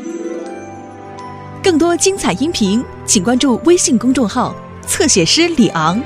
更多精彩音频，请关注微信公众号“侧写师李昂”。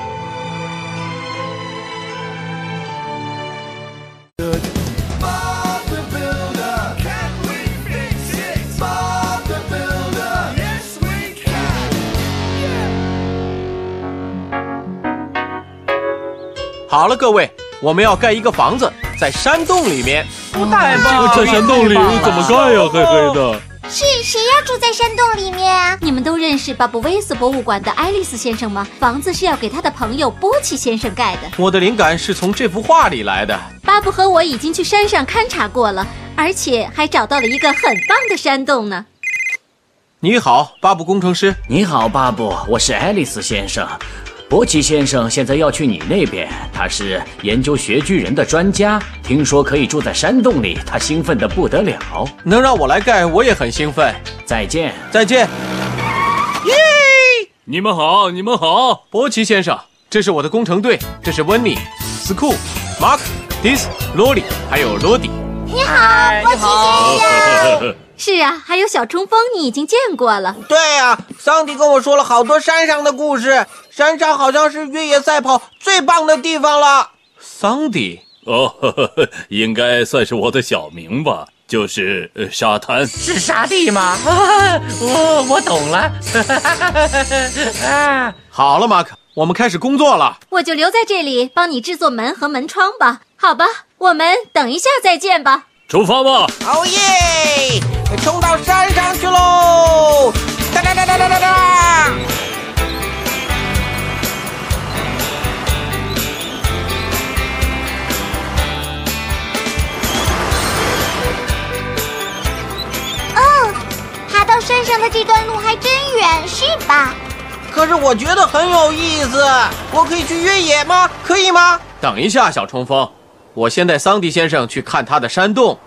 好了，各位，我们要盖一个房子，在山洞里面。 不太棒， 这个在山洞里怎么盖呀？黑黑的。 是谁要住在山洞里面啊？ 你们都认识巴布威斯博物馆的爱丽丝先生吗？房子是要给他的朋友波奇先生盖的。 我的灵感是从这幅画里来的。 巴布和我已经去山上勘察过了，而且还找到了一个很棒的山洞呢。 你好，巴布工程师。 你好，巴布，我是爱丽丝先生。波奇先生现在要去你那边，他是研究穴居人的专家，听说可以住在山洞里，他兴奋得不得了。 能让我来盖，我也很兴奋。 再见， 再见。 耶！你们好，你们好， 波奇先生，这是我的工程队，这是温妮、斯库、马克、迪斯、罗里，还有罗迪。 你好，波奇先生。 是啊，还有小冲锋，你已经见过了。 对啊，桑迪跟我说了好多山上的故事，山上好像是越野赛跑最棒的地方了。 桑迪？ 应该算是我的小名吧，就是沙滩。 是沙地吗？我懂了。 好了，马克，我们开始工作了。 我就留在这里帮你制作门和门窗吧。好吧，我们等一下再见吧。 出发吧！ 哦耶！冲到山上去喽！哒哒哒哒哒哒哒！ 哦，爬到山上的这段路还真远，是吧？ 可是我觉得很有意思，我可以去越野吗？可以吗？ 等一下，小冲锋。我先带桑迪先生去看他的山洞。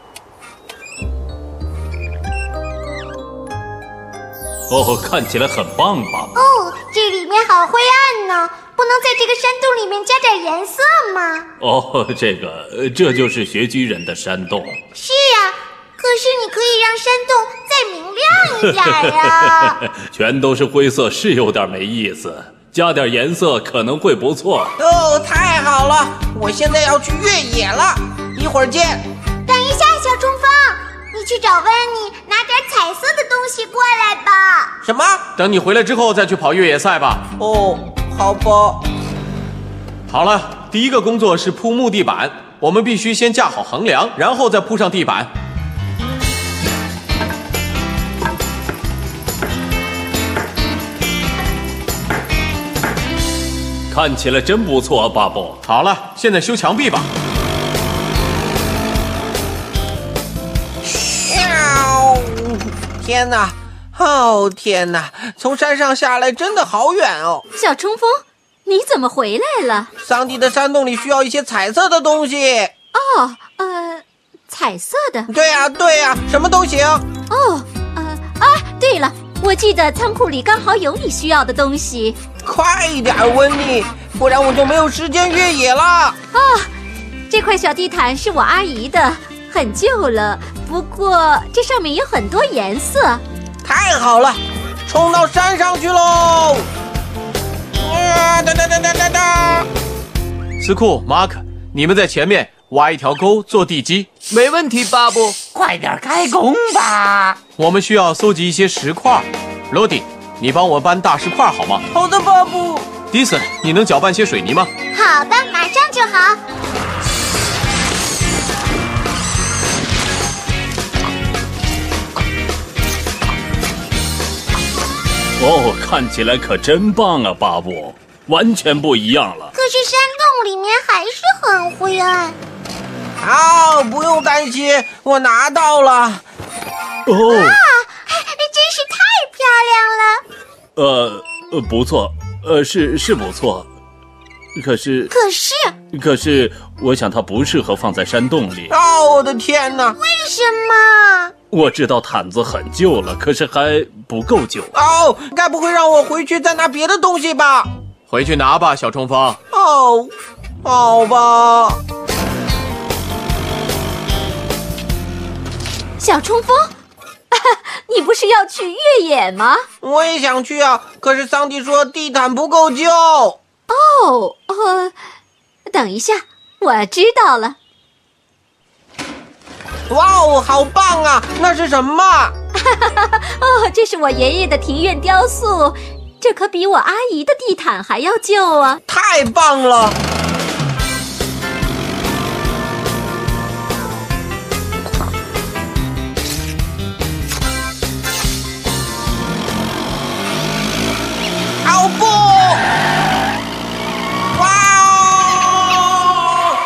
看起来很棒吧？ 哦，这里面好灰暗呢，不能在这个山洞里面加点颜色吗？ 这就是穴居人的山洞。 是啊，可是你可以让山洞再明亮一点啊。 全都是灰色是有点没意思，加点颜色可能会不错。 哦，太好了，我现在要去越野了，一会儿见。 等一下，小冲锋，你去找温妮拿点彩色的东西过来吧。 什么？ 等你回来之后再去跑越野赛吧。 哦，好吧。 好了，第一个工作是铺木地板，我们必须先架好横梁，然后再铺上地板。 看起来真不错，巴布。 好了，现在修墙壁吧。 天哪！哦天哪！从山上下来真的好远哦。 小冲锋，你怎么回来了？ 桑迪的山洞里需要一些彩色的东西。 哦，彩色的？ 对呀，对呀，什么都行。 对了，我记得仓库里刚好有你需要的东西。 快一点，温妮，不然我就没有时间越野了。 这块小地毯是我阿姨的，很旧了，不过这上面有很多颜色。 太好了，冲到山上去喽！哒！ 斯库、马克，你们在前面挖一条沟做地基。 没问题，巴布，快点开工吧。 我们需要搜集一些石块。罗迪，你帮我搬大石块好吗？ 好的，巴布。 迪森，你能搅拌些水泥吗？ 好的，马上就好。 看起来可真棒啊，巴布，完全不一样了。 可是山洞里面还是很灰暗。 好，不用担心，我拿到了。 真是太漂亮了。 不错，是不错，可是，我想它不适合放在山洞里。 哦，我的天哪！ 为什么？ 我知道毯子很旧了，可是还不够旧。 哦，该不会让我回去再拿别的东西吧？ 回去拿吧，小冲锋。 哦，好吧。 小冲锋， 你不是要去越野吗？ 我也想去啊，可是桑迪说地毯不够旧。 等一下，我知道了。 哇哦，好棒啊！那是什么？ 这是我爷爷的庭院雕塑，这可比我阿姨的地毯还要旧啊！ 太棒了！不！哇哦！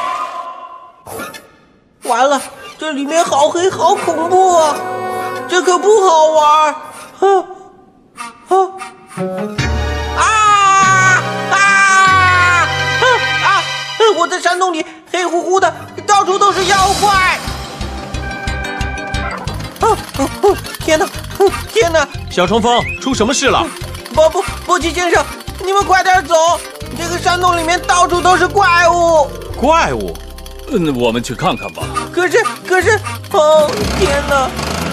完了，这里面好黑，好恐怖啊！这可不好玩。我在山洞里，黑乎乎的，到处都是妖怪。天哪！天哪！ 小冲锋，出什么事了？ 波奇先生，你们快点走！这个山洞里面到处都是怪物。 怪物？ 我们去看看吧。 可是，天哪！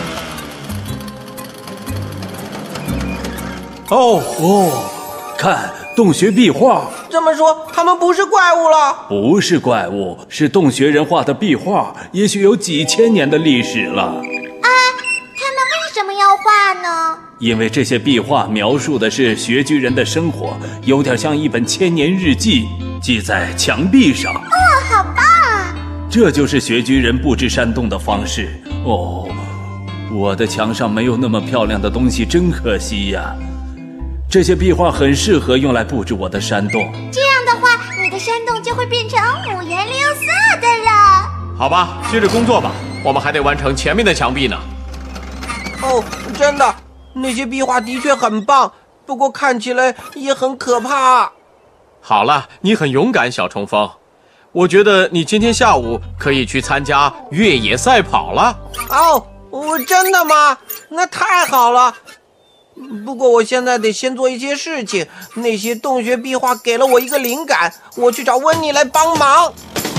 看洞穴壁画。 这么说，他们不是怪物了？ 不是怪物，是洞穴人画的壁画，也许有几千年的历史了。 他们为什么要画呢？ 因为这些壁画描述的是穴居人的生活，有点像一本千年日记，记在墙壁上。 好棒啊！ 这就是穴居人布置山洞的方式。我的墙上没有那么漂亮的东西，真可惜呀。这些壁画很适合用来布置我的山洞。 这样的话，你的山洞就会变成五颜六色的了。 好吧，接着工作吧，我们还得完成前面的墙壁呢。 真的，那些壁画的确很棒，不过看起来也很可怕。 好了，你很勇敢，小冲锋。我觉得你今天下午可以去参加越野赛跑了。 真的吗？那太好了。不过我现在得先做一些事情。那些洞穴壁画给了我一个灵感，我去找温妮来帮忙。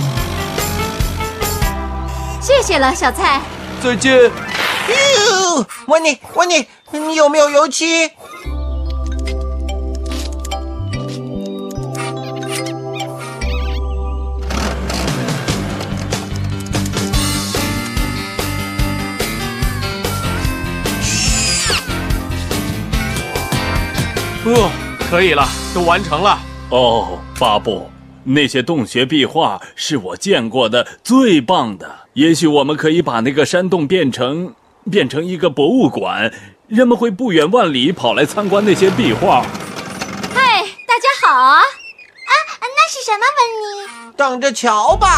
谢谢了，小蔡。 再见。 温妮，你有没有油漆？ 可以了，都完成了。 巴布，那些洞穴壁画是我见过的最棒的。也许我们可以把那个山洞变成一个博物馆，人们会不远万里跑来参观那些壁画。 嗨，大家好啊！ 那是什么，温妮？ 等着瞧吧。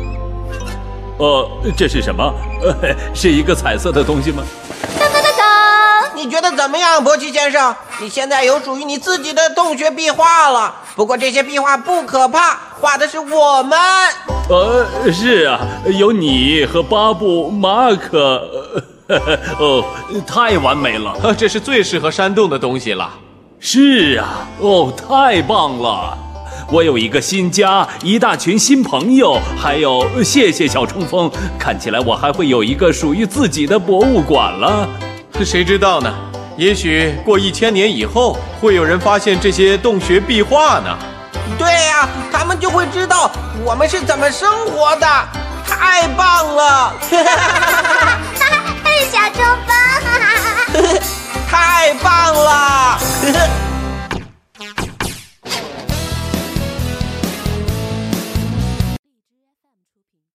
这是什么？是一个彩色的东西吗？ 你觉得怎么样，波奇先生？你现在有属于你自己的洞穴壁画了。不过这些壁画不可怕，画的是我们。 是啊，有你和巴布、马可。太完美了！ 这是最适合山洞的东西了。 是啊，太棒了！我有一个新家，一大群新朋友，还有谢谢小冲锋。看起来我还会有一个属于自己的博物馆了。 谁知道呢？也许过1000年以后，会有人发现这些洞穴壁画呢。 对呀，他们就会知道我们是怎么生活的。太棒了！ 小冲锋， 太棒